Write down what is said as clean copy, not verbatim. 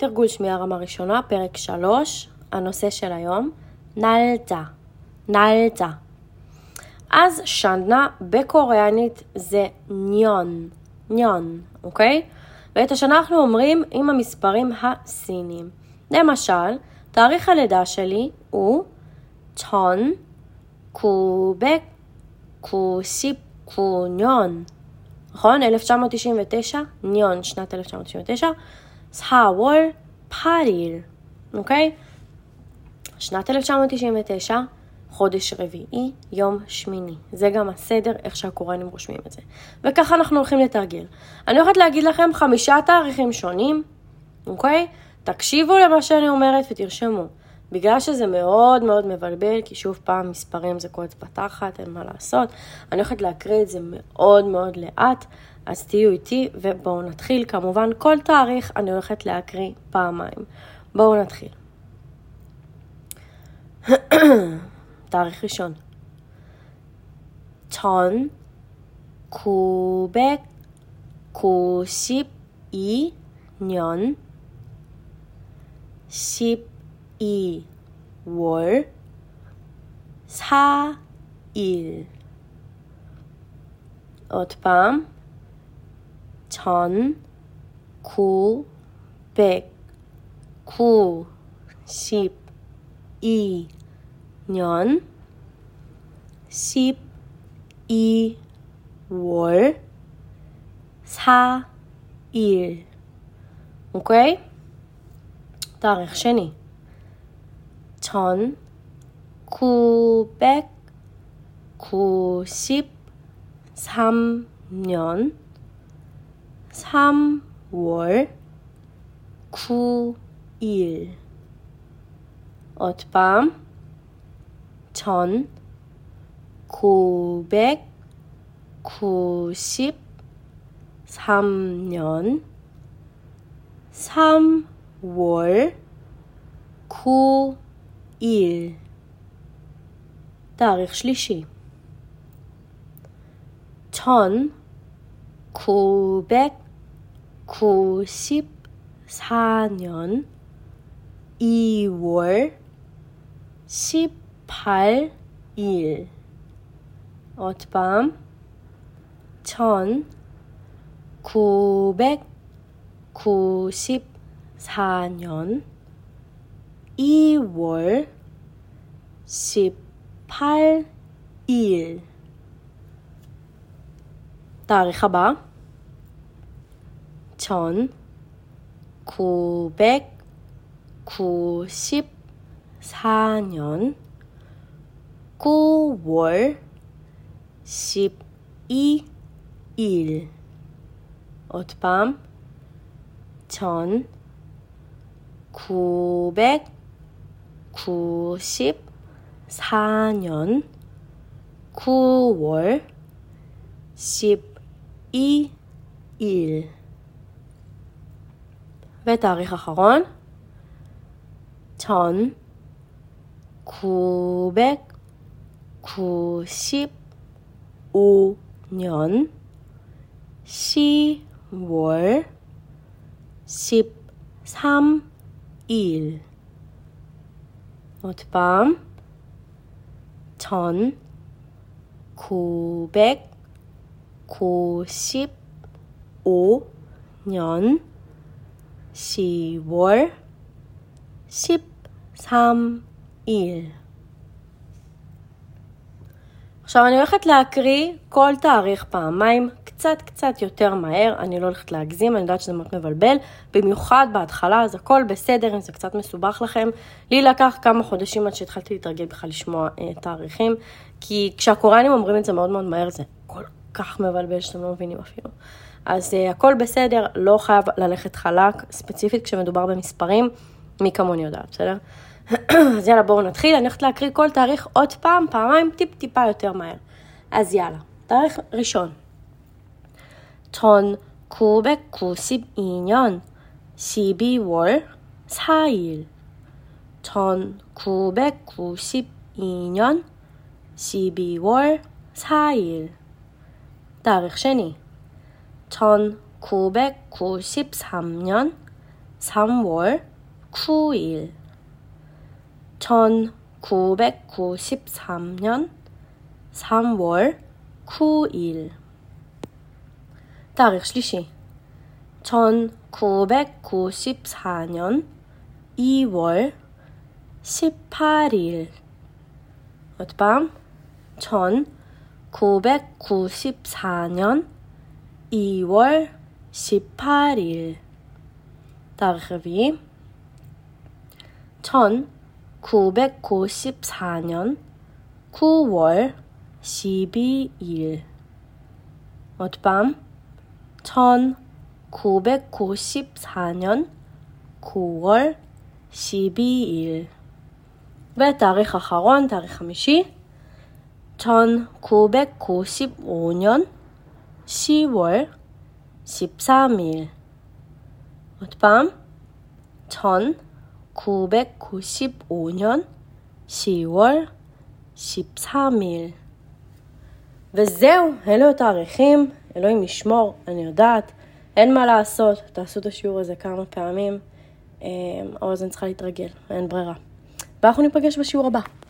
תרגול שמיעה רמה ראשונה, פרק 3, הנושא של היום, נלצה, נלצה. אז שנה בקוריאנית זה ניון, ניון, אוקיי? ואת השנה אנחנו אומרים עם המספרים הסיניים. למשל, תאריך הלידה שלי הוא 1999, נכון? 1999, ניון, שנת 1999, 4월 8일, אוקיי? שנת 1999, חודש רביעי, יום שמיני. זה גם הסדר, איך שהקוראנים רושמים את זה. וככה אנחנו הולכים לתרגל. אני הולכת להגיד לכם 5 תאריכים שונים, אוקיי? תקשיבו למה שאני אומרת ותרשמו. בגלל שזה מאוד מאוד מבלבל, כי שוב פעם מספרים זה קוד פתחת, אין מה לעשות. אני הולכת להקריא את זה מאוד מאוד לאט, אז תהיו איתי ובואו נתחיל. כמובן כל תאריך אני הולכת להקריא פעמיים. בואו נתחיל. תאריך ראשון. 1992년 12월 4일. עוד פעם. 1992년 12월 4일. אוקיי? תאריך שני. 1993년 3월 9일. עוד פעם. 1993년 3월 9일. תאריך שלישי. 1994년 2월 18일. עוד פעם. 1994년 2월 18일. תאריך הבא. 1994년 9월 12일. עוד פעם. 1994년 9월 12일. ותאריך אחרון. 1995년 10월 13일. עוד פעם. 1995년 10월 13일. עכשיו אני הולכת להקריא כל תאריך פעמיים, קצת יותר מהר, אני לא הולכת להגזים, אני יודעת שזה מאוד מבלבל, במיוחד בהתחלה, אז הכל בסדר, אם זה קצת מסובך לכם. לי לקח כמה חודשים עד שהתחלתי להתרגל בכלל לשמוע תאריכים, כי כשהקוראנים אומרים את זה מאוד מאוד מהר, זה כל כך מבלבל שאתם לא מבינים אפילו. אז הכל בסדר, לא חייב ללכת חלק, ספציפית כשמדובר במספרים, מי כמוני יודעת, בסדר? אז יאללה, בואו נתחיל. אני הולכת להקריא כל תאריך עוד פעמיים, טיפה יותר מהר. אז יאללה, תאריך ראשון. 1992년 12월 4일. 1992년 12월 4일. תאריך שני. 1993년 3월 9일 1993년 3월 9일 תאריך שלישי 1994년 2월 18일 עוד פעם 1994년 2월 18일 תאריך רביעי 1994년 9월 12일 עוד פעם 1994년 9월 12일 ותאריך אחרון, תאריך חמישי 1995년 10월 13일 עוד פעם 1995년 10월 13일 וזהו, אלו התאריכים, אלוהים ישמור, אני יודעת, אין מה לעשות, תעשו את השיעור הזה כמה פעמים, האוזן צריכה להתרגל, אין ברירה. ואנחנו ניפגש בשיעור הבא.